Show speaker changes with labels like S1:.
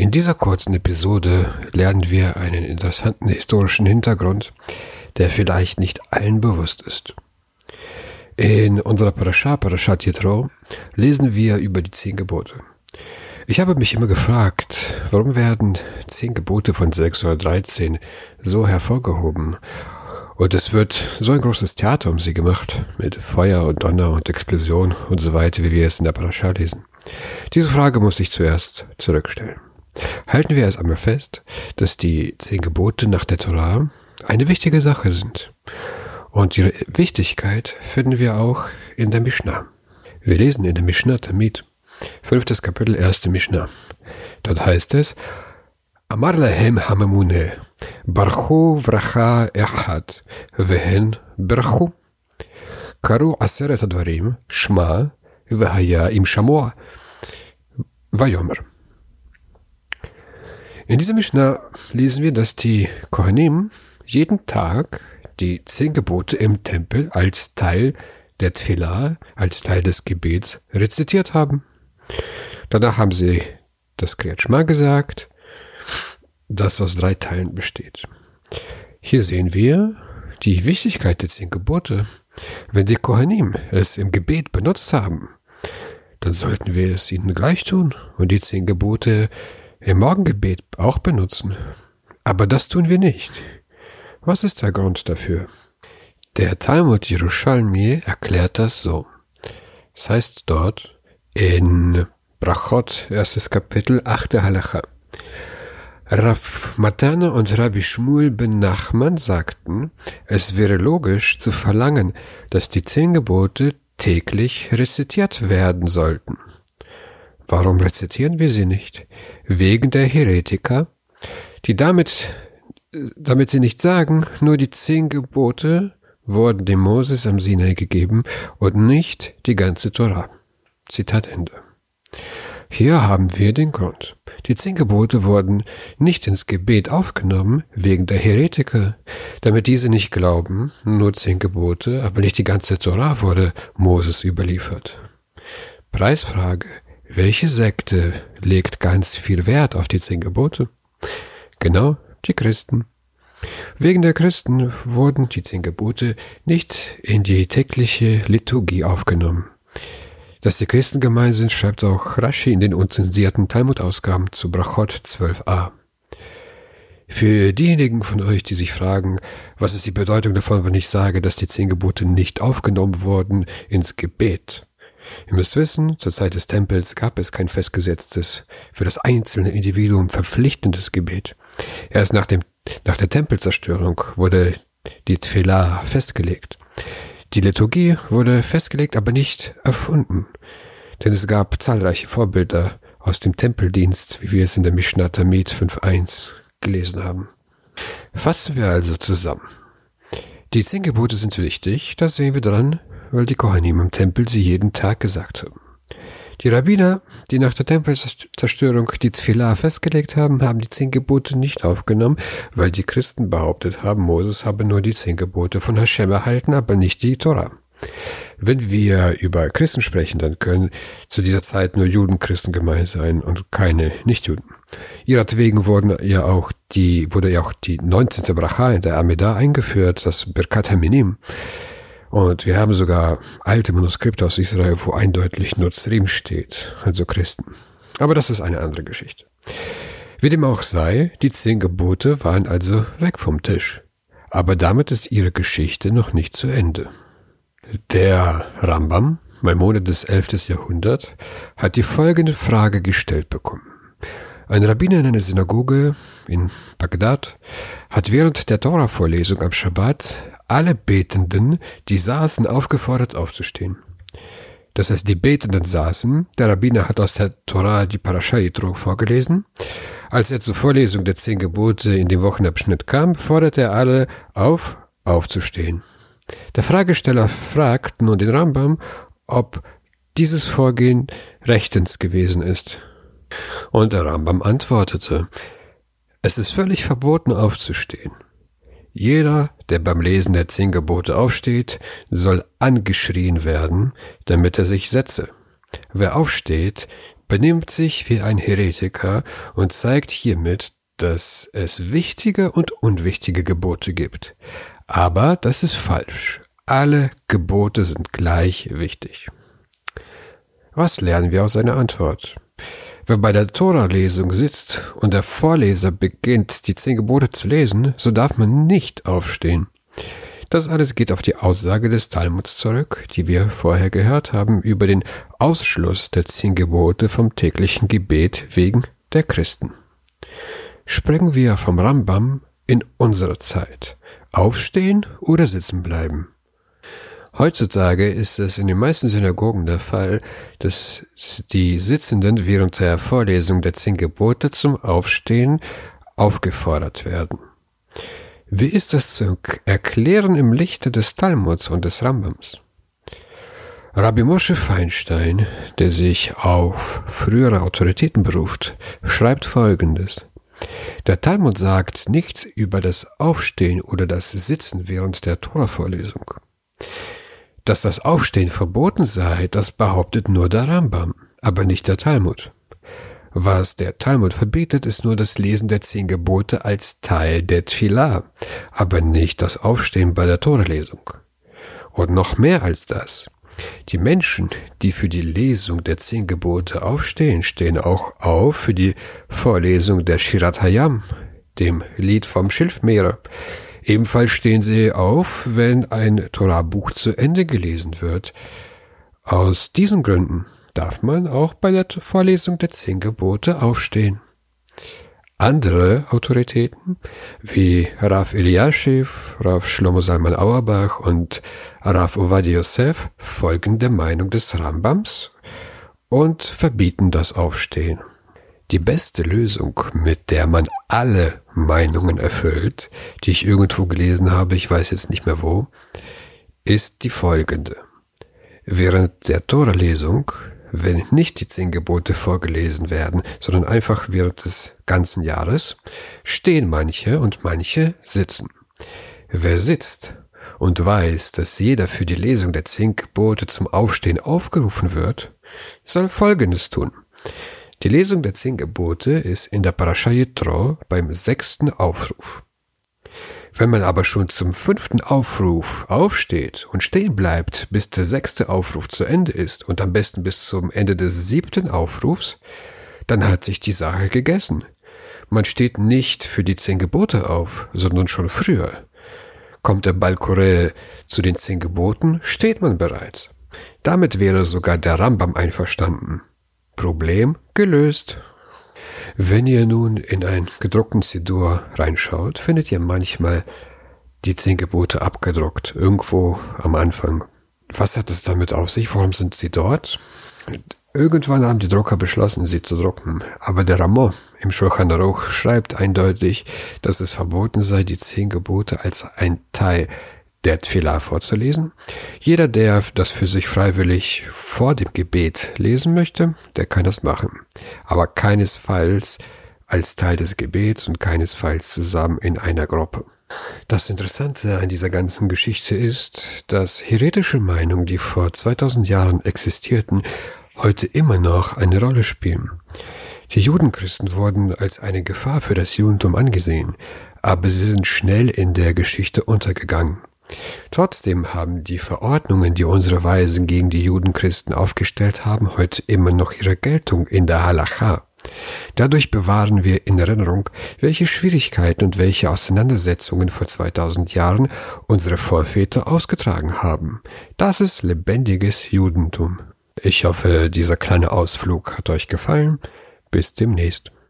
S1: In dieser kurzen Episode lernen wir einen interessanten historischen Hintergrund, der vielleicht nicht allen bewusst ist. In unserer Parashat Jitro, lesen wir über die 10 Gebote. Ich habe mich immer gefragt, warum werden 10 Gebote von 613 so hervorgehoben? Und es wird so ein großes Theater um sie gemacht, mit Feuer und Donner und Explosion und so weiter, wie wir es in der Parascha lesen. Diese Frage muss ich zuerst zurückstellen. Halten wir es einmal fest, dass die 10 Gebote nach der Torah eine wichtige Sache sind. Und ihre Wichtigkeit finden wir auch in der Mishnah. Wir lesen in der Mishnah Tamid, 5. Kapitel, 1. Mishnah. Dort heißt es, Amar lahem hamamune, barchu vracha echad, vehen barchu. Karu aseret advarim, shma, vehaya im shamua, vayomer. In dieser Mishnah lesen wir, dass die Kohanim jeden Tag die 10 Gebote im Tempel als Teil der Tfilah, als Teil des Gebets rezitiert haben. Danach haben sie das Kriyat Shma gesagt, das aus 3 Teilen besteht. Hier sehen wir die Wichtigkeit der 10 Gebote. Wenn die Kohanim es im Gebet benutzt haben, dann sollten wir es ihnen gleich tun und die 10 Gebote im Morgengebet auch benutzen. Aber das tun wir nicht. Was ist der Grund dafür? Der Talmud Yerushalmi erklärt das so. Es heißt dort in Brachot, 1. Kapitel, 8. Halacha. Rav Matana und Rabbi Shmuel ben Nachman sagten, es wäre logisch zu verlangen, dass die 10 Gebote täglich rezitiert werden sollten. Warum rezitieren wir sie nicht? Wegen der Heretiker, die damit sie nicht sagen, nur die 10 Gebote wurden dem Moses am Sinai gegeben und nicht die ganze Torah. Zitat Ende. Hier haben wir den Grund. Die 10 Gebote wurden nicht ins Gebet aufgenommen, wegen der Heretiker, damit diese nicht glauben, nur 10 Gebote, aber nicht die ganze Torah wurde Moses überliefert. Preisfrage. Welche Sekte legt ganz viel Wert auf die 10 Gebote? Genau, die Christen. Wegen der Christen wurden die 10 Gebote nicht in die tägliche Liturgie aufgenommen. Dass die Christen gemeint sind, schreibt auch Rashi in den unzensierten Talmud-Ausgaben zu Brachot 12a. Für diejenigen von euch, die sich fragen, was ist die Bedeutung davon, wenn ich sage, dass die 10 Gebote nicht aufgenommen wurden ins Gebet? Ihr müsst wissen, zur Zeit des Tempels gab es kein festgesetztes, für das einzelne Individuum verpflichtendes Gebet. Erst nach der Tempelzerstörung wurde die Tfilah festgelegt. Die Liturgie wurde festgelegt, aber nicht erfunden, denn es gab zahlreiche Vorbilder aus dem Tempeldienst, wie wir es in der Mishnah Tamid 5.1 gelesen haben. Fassen wir also zusammen. Die 10 Gebote sind wichtig, das sehen wir daran, weil die Kohanim im Tempel sie jeden Tag gesagt haben. Die Rabbiner, die nach der Tempelzerstörung die Tfilah festgelegt haben, haben die 10 Gebote nicht aufgenommen, weil die Christen behauptet haben, Moses habe nur die 10 Gebote von Hashem erhalten, aber nicht die Torah. Wenn wir über Christen sprechen, dann können zu dieser Zeit nur Judenchristen gemeint sein und keine Nichtjuden. Ihretwegen wurde ja auch die 19. Bracha in der Amidah eingeführt, das Birkat Haminim. Und wir haben sogar alte Manuskripte aus Israel, wo eindeutig Nozrim steht, also Christen. Aber das ist eine andere Geschichte. Wie dem auch sei, die 10 Gebote waren also weg vom Tisch. Aber damit ist ihre Geschichte noch nicht zu Ende. Der Rambam, Maimonides 11. Jahrhundert, hat die folgende Frage gestellt bekommen. Ein Rabbiner in einer Synagoge in Bagdad hat während der Tora-Vorlesung am Schabbat alle Betenden, die saßen, aufgefordert aufzustehen. Das heißt, die Betenden saßen, der Rabbiner hat aus der Tora die Parascha Jitro vorgelesen. Als er zur Vorlesung der 10 Gebote in dem Wochenabschnitt kam, forderte er alle auf, aufzustehen. Der Fragesteller fragt nun den Rambam, ob dieses Vorgehen rechtens gewesen ist. Und der Rambam antwortete, es ist völlig verboten aufzustehen. Jeder, der beim Lesen der 10 Gebote aufsteht, soll angeschrien werden, damit er sich setze. Wer aufsteht, benimmt sich wie ein Heretiker und zeigt hiermit, dass es wichtige und unwichtige Gebote gibt. Aber das ist falsch. Alle Gebote sind gleich wichtig. Was lernen wir aus seiner Antwort? Wer bei der Tora-Lesung sitzt und der Vorleser beginnt, die 10 Gebote zu lesen, so darf man nicht aufstehen. Das alles geht auf die Aussage des Talmuds zurück, die wir vorher gehört haben, über den Ausschluss der 10 Gebote vom täglichen Gebet wegen der Christen. Springen wir vom Rambam in unsere Zeit. Aufstehen oder sitzen bleiben? Heutzutage ist es in den meisten Synagogen der Fall, dass die Sitzenden während der Vorlesung der 10 Gebote zum Aufstehen aufgefordert werden. Wie ist das zu erklären im Lichte des Talmuds und des Rambams? Rabbi Moshe Feinstein, der sich auf frühere Autoritäten beruft, schreibt Folgendes. Der Talmud sagt nichts über das Aufstehen oder das Sitzen während der Tora-Vorlesung. Dass das Aufstehen verboten sei, das behauptet nur der Rambam, aber nicht der Talmud. Was der Talmud verbietet, ist nur das Lesen der 10 Gebote als Teil der Tfilah, aber nicht das Aufstehen bei der Tora-Lesung. Und noch mehr als das. Die Menschen, die für die Lesung der 10 Gebote aufstehen, stehen auch auf für die Vorlesung der Shirat Hayam, dem Lied vom Schilfmeer. Ebenfalls stehen sie auf, wenn ein Torah-Buch zu Ende gelesen wird. Aus diesen Gründen darf man auch bei der Vorlesung der 10 Gebote aufstehen. Andere Autoritäten wie Rav Eliashiv, Rav Shlomo Zalman Auerbach und Rav Ovadia Yosef folgen der Meinung des Rambams und verbieten das Aufstehen. Die beste Lösung, mit der man alle Meinungen erfüllt, die ich irgendwo gelesen habe, ich weiß jetzt nicht mehr wo, ist die folgende. Während der Tora-Lesung, wenn nicht die 10 Gebote vorgelesen werden, sondern einfach während des ganzen Jahres, stehen manche und manche sitzen. Wer sitzt und weiß, dass jeder für die Lesung der 10 Gebote zum Aufstehen aufgerufen wird, soll Folgendes tun. Die Lesung der 10 Gebote ist in der Parasha Yitro beim 6. Aufruf. Wenn man aber schon zum 5. Aufruf aufsteht und stehen bleibt, bis der 6. Aufruf zu Ende ist und am besten bis zum Ende des 7. Aufrufs, dann hat sich die Sache gegessen. Man steht nicht für die 10 Gebote auf, sondern schon früher. Kommt der Baal Koreh zu den 10 Geboten, steht man bereits. Damit wäre sogar der Rambam einverstanden. Problem gelöst. Wenn ihr nun in einen gedruckten Sidur reinschaut, findet ihr manchmal die 10 Gebote abgedruckt, irgendwo am Anfang. Was hat es damit auf sich? Warum sind sie dort? Irgendwann haben die Drucker beschlossen, sie zu drucken. Aber der Ramo im Shulchan Aruch schreibt eindeutig, dass es verboten sei, die 10 Gebote als ein Teil der Tfilah vorzulesen. Jeder, der das für sich freiwillig vor dem Gebet lesen möchte, der kann das machen. Aber keinesfalls als Teil des Gebets und keinesfalls zusammen in einer Gruppe. Das Interessante an dieser ganzen Geschichte ist, dass heretische Meinungen, die vor 2000 Jahren existierten, heute immer noch eine Rolle spielen. Die Judenchristen wurden als eine Gefahr für das Judentum angesehen, aber sie sind schnell in der Geschichte untergegangen. Trotzdem haben die Verordnungen, die unsere Weisen gegen die Judenchristen aufgestellt haben, heute immer noch ihre Geltung in der Halacha. Dadurch bewahren wir in Erinnerung, welche Schwierigkeiten und welche Auseinandersetzungen vor 2000 Jahren unsere Vorväter ausgetragen haben. Das ist lebendiges Judentum. Ich hoffe, dieser kleine Ausflug hat euch gefallen. Bis demnächst.